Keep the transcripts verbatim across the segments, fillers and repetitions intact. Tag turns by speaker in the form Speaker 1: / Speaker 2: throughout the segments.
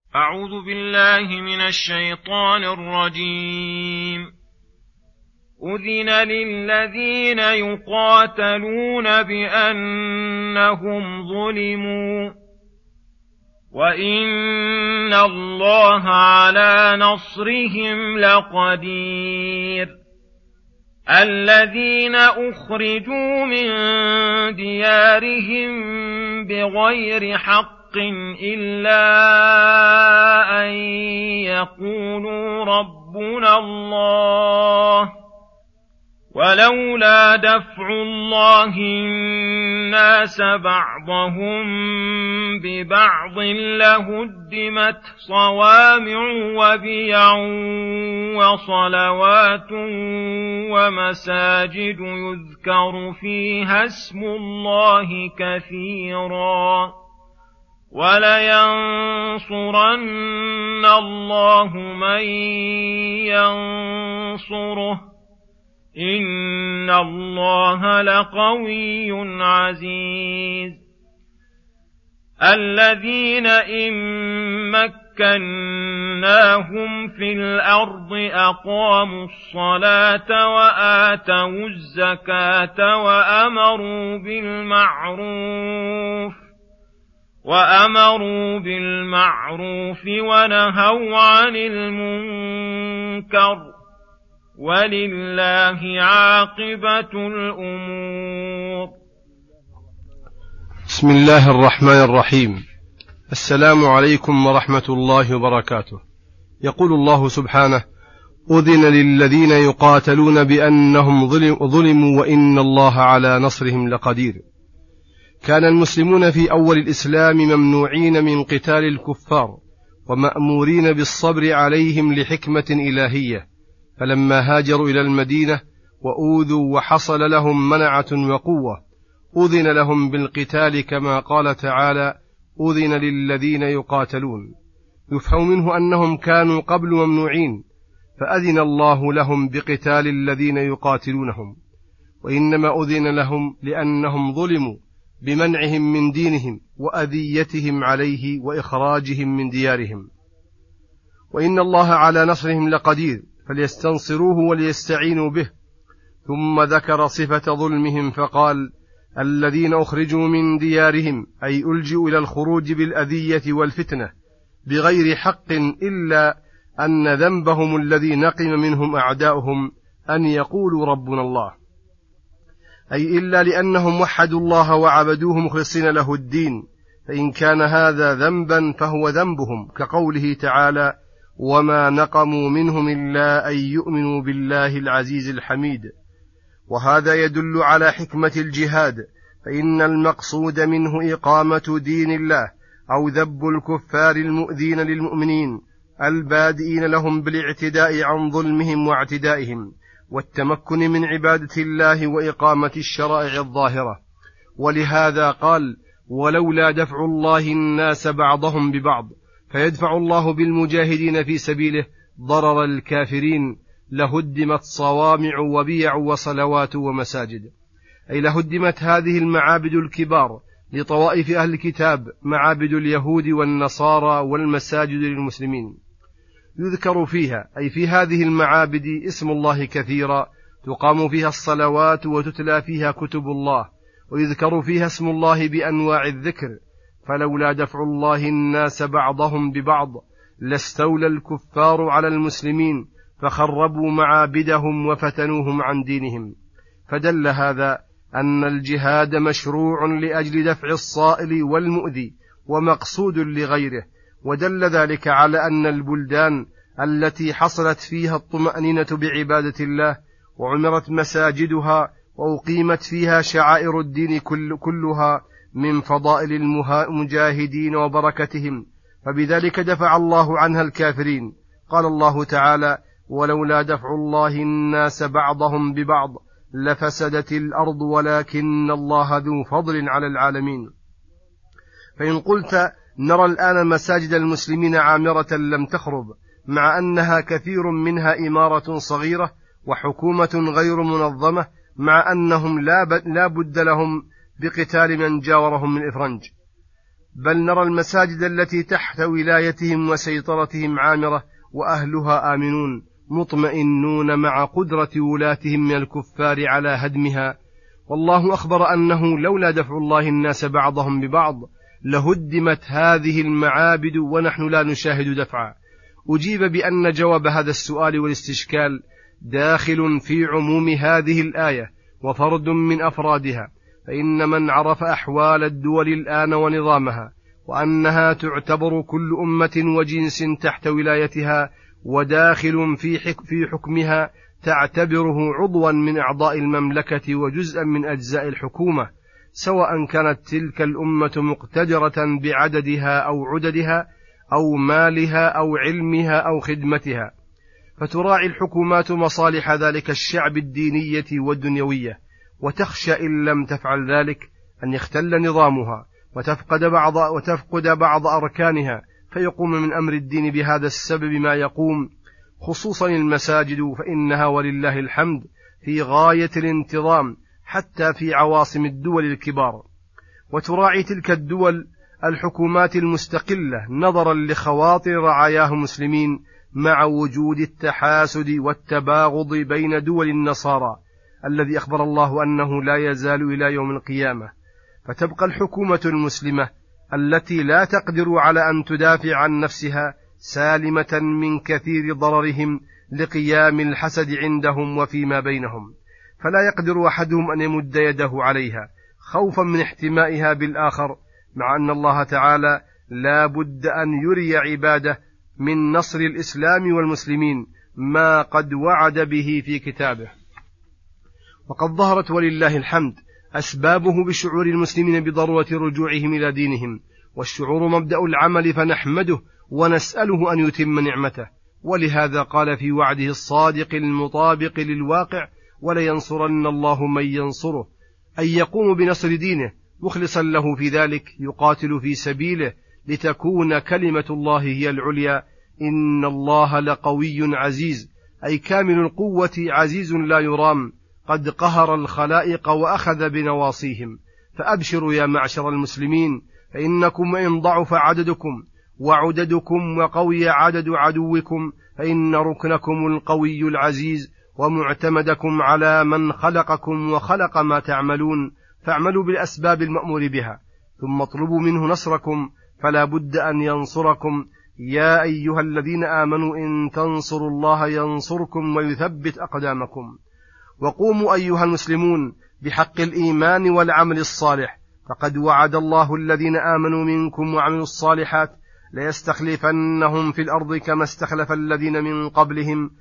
Speaker 1: أعوذ بالله من الشيطان الرجيم. أذن للذين يقاتلون بأنهم ظلموا وإن الله على نصرهم لقدير. الذين أخرجوا من ديارهم بغير حق إلا أن يقولوا ربنا الله ولولا دفع الله الناس بعضهم ببعض لهدمت صوامع وبيع وصلوات ومساجد يذكر فيها اسم الله كثيرا ولينصرن الله من ينصره إن الله لقوي عزيز. الذين إن مكناهم في الأرض أقاموا الصلاة وآتوا الزكاة وأمروا بالمعروف وأمروا بالمعروف ونهوا عن المنكر ولله عاقبة الأمور.
Speaker 2: بسم الله الرحمن الرحيم. السلام عليكم ورحمة الله وبركاته. يقول الله سبحانه: أذن للذين يقاتلون بأنهم ظلموا وإن الله على نصرهم لقدير. كان المسلمون في أول الإسلام ممنوعين من قتال الكفار ومأمورين بالصبر عليهم لحكمة إلهية، فلما هاجروا إلى المدينة وأوذوا وحصل لهم منعة وقوة أذن لهم بالقتال كما قال تعالى: أذن للذين يقاتلون. يفهم منه أنهم كانوا قبل ممنوعين فأذن الله لهم بقتال الذين يقاتلونهم، وإنما أذن لهم لأنهم ظلموا بمنعهم من دينهم وأذيتهم عليه وإخراجهم من ديارهم، وإن الله على نصرهم لقدير، فليستنصروه وليستعينوا به. ثم ذكر صفة ظلمهم فقال: الذين أخرجوا من ديارهم، أي ألجئوا إلى الخروج بالأذية والفتنة بغير حق إلا أن ذنبهم الذي نقم منهم أعداؤهم أن يقولوا ربنا الله، أي إلا لأنهم وحدوا الله وعبدوه مخلصين له الدين، فإن كان هذا ذنبا فهو ذنبهم، كقوله تعالى: وما نقموا منهم إلا أن يؤمنوا بالله العزيز الحميد. وهذا يدل على حكمة الجهاد، فإن المقصود منه إقامة دين الله أو ذب الكفار المؤذين للمؤمنين البادئين لهم بالاعتداء عن ظلمهم واعتدائهم، والتمكن من عبادة الله وإقامة الشرائع الظاهرة. ولهذا قال: ولولا دفع الله الناس بعضهم ببعض، فيدفع الله بالمجاهدين في سبيله ضرر الكافرين لهدمت صوامع وبيع وصلوات ومساجد، أي لهدمت هذه المعابد الكبار لطوائف أهل الكتاب، معابد اليهود والنصارى والمساجد للمسلمين. يذكر فيها، أي في هذه المعابد، اسم الله كثيرا، تقام فيها الصلوات وتتلى فيها كتب الله، ويذكر فيها اسم الله بأنواع الذكر. فلولا دفع الله الناس بعضهم ببعض لاستولى الكفار على المسلمين فخربوا معابدهم وفتنوهم عن دينهم. فدل هذا أن الجهاد مشروع لأجل دفع الصائل والمؤذي ومقصود لغيره، ودل ذلك على أن البلدان التي حصلت فيها الطمأنينة بعبادة الله وعمرت مساجدها وأقيمت فيها شعائر الدين كل كلها من فضائل المجاهدين وبركتهم، فبذلك دفع الله عنها الكافرين. قال الله تعالى: ولولا دفع الله الناس بعضهم ببعض لفسدت الأرض ولكن الله ذو فضل على العالمين. فإن قلت: نرى الآن مساجد المسلمين عامرة لم تخرب، مع أنها كثير منها إمارة صغيرة وحكومة غير منظمة، مع أنهم لا بد لهم بقتال من جاورهم من الإفرنج. بل نرى المساجد التي تحت ولايتهم وسيطرتهم عامرة وأهلها آمنون مطمئنون مع قدرة ولاتهم من الكفار على هدمها. والله أخبر أنه لولا دفع الله الناس بعضهم ببعض لهدمت هذه المعابد ونحن لا نشاهد دفعا. أجيب بأن جواب هذا السؤال والاستشكال داخل في عموم هذه الآية وفرد من أفرادها، فإن من عرف أحوال الدول الآن ونظامها وأنها تعتبر كل أمة وجنس تحت ولايتها وداخل في, حك في حكمها تعتبره عضوا من أعضاء المملكة وجزءا من أجزاء الحكومة، سواء كانت تلك الأمة مقتدرة بعددها أو عددها أو مالها أو علمها أو خدمتها، فتراعي الحكومات مصالح ذلك الشعب الدينية والدنيوية، وتخشى إن لم تفعل ذلك أن يختل نظامها وتفقد بعض, وتفقد بعض أركانها، فيقوم من أمر الدين بهذا السبب ما يقوم، خصوصا المساجد فإنها ولله الحمد في غاية الانتظام حتى في عواصم الدول الكبار. وتراعي تلك الدول الحكومات المستقلة نظرا لخواطر رعاياه المسلمين مع وجود التحاسد والتباغض بين دول النصارى الذي أخبر الله أنه لا يزال إلى يوم القيامة. فتبقى الحكومة المسلمة التي لا تقدر على أن تدافع عن نفسها سالمة من كثير ضررهم لقيام الحسد عندهم وفيما بينهم، فلا يقدر أحدهم أن يمد يده عليها خوفا من احتمائها بالآخر، مع أن الله تعالى لا بد أن يري عباده من نصر الإسلام والمسلمين ما قد وعد به في كتابه. وقد ظهرت ولله الحمد أسبابه بشعور المسلمين بضرورة رجوعهم إلى دينهم، والشعور مبدأ العمل، فنحمده ونسأله أن يتم نعمته. ولهذا قال في وعده الصادق المطابق للواقع: ولينصرن الله من ينصره، أن يقوم بنصر دينه مخلصا له في ذلك، يقاتل في سبيله لتكون كلمة الله هي العليا. إن الله لقوي عزيز، أي كامل القوة عزيز لا يرام، قد قهر الخلائق وأخذ بنواصيهم. فأبشروا يا معشر المسلمين، فإنكم إن ضعف عددكم وعددكم وقوي عدد عدوكم فإن ركنكم القوي العزيز ومعتمدكم على من خلقكم وخلق ما تعملون، فاعملوا بالأسباب المأمور بها، ثم اطلبوا منه نصركم فلا بد أن ينصركم. يا أيها الذين آمنوا إن تنصروا الله ينصركم ويثبت أقدامكم. وقوموا أيها المسلمون بحق الإيمان والعمل الصالح، فقد وعد الله الذين آمنوا منكم وعملوا الصالحات ليستخلفنهم في الأرض كما استخلف الذين من قبلهم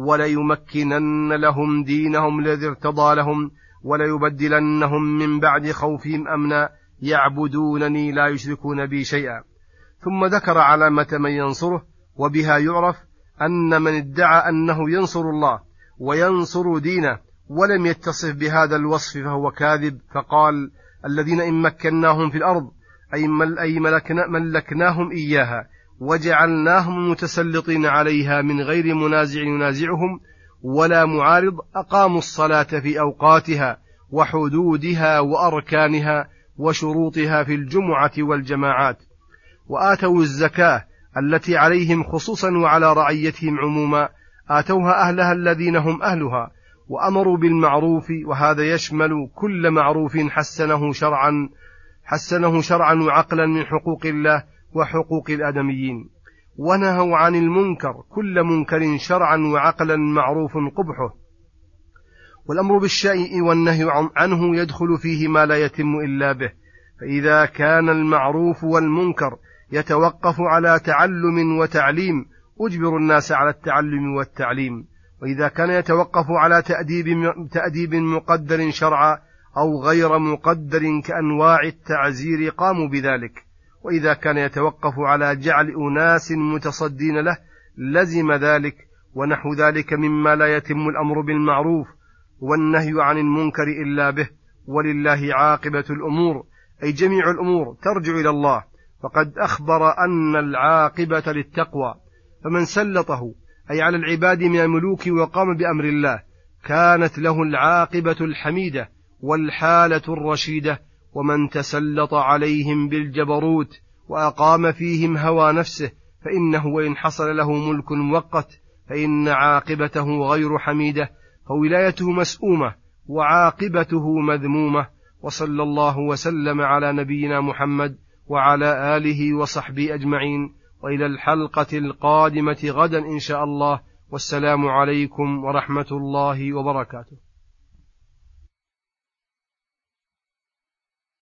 Speaker 2: وليمكنن لهم دينهم الذي ارتضى لهم وليبدلنهم من بعد خوفهم أمنا يعبدونني لا يشركون بي شيئا. ثم ذكر علامة من ينصره، وبها يعرف أن من ادعى أنه ينصر الله وينصر دينه ولم يتصف بهذا الوصف فهو كاذب، فقال: الذين إن مكناهم في الأرض أي ملكنا ملكناهم إياها وجعلناهم متسلطين عليها من غير منازع ينازعهم ولا معارض، أقاموا الصلاة في أوقاتها وحدودها وأركانها وشروطها في الجمعة والجماعات، وآتوا الزكاة التي عليهم خصوصا وعلى رعيتهم عموما، آتوها أهلها الذين هم أهلها، وأمروا بالمعروف، وهذا يشمل كل معروف حسنه شرعا حسنه شرعا وعقلا من حقوق الله وحقوق الآدميين، ونهوا عن المنكر كل منكر شرعا وعقلا معروف قبحه. والأمر بالشيء والنهي عنه يدخل فيه ما لا يتم إلا به، فإذا كان المعروف والمنكر يتوقف على تعلم وتعليم أجبر الناس على التعلم والتعليم، وإذا كان يتوقف على تأديب, تأديب مقدر شرعا أو غير مقدر كأنواع التعزير قاموا بذلك، وإذا كان يتوقف على جعل أناس متصدين له لزم ذلك، ونحو ذلك مما لا يتم الأمر بالمعروف والنهي عن المنكر إلا به. ولله عاقبة الأمور، أي جميع الأمور ترجع إلى الله، فقد أخبر أن العاقبة للتقوى، فمن سلطه أي على العباد من الملوك وقام بأمر الله كانت له العاقبة الحميدة والحالة الرشيدة، ومن تسلط عليهم بالجبروت وأقام فيهم هوى نفسه، فإنه وإن حصل له ملك مؤقت فإن عاقبته غير حميدة، فولايته مسؤومة وعاقبته مذمومة. وصلى الله وسلم على نبينا محمد وعلى آله وصحبه أجمعين، وإلى الحلقة القادمة غدا إن شاء الله، والسلام عليكم ورحمة الله وبركاته.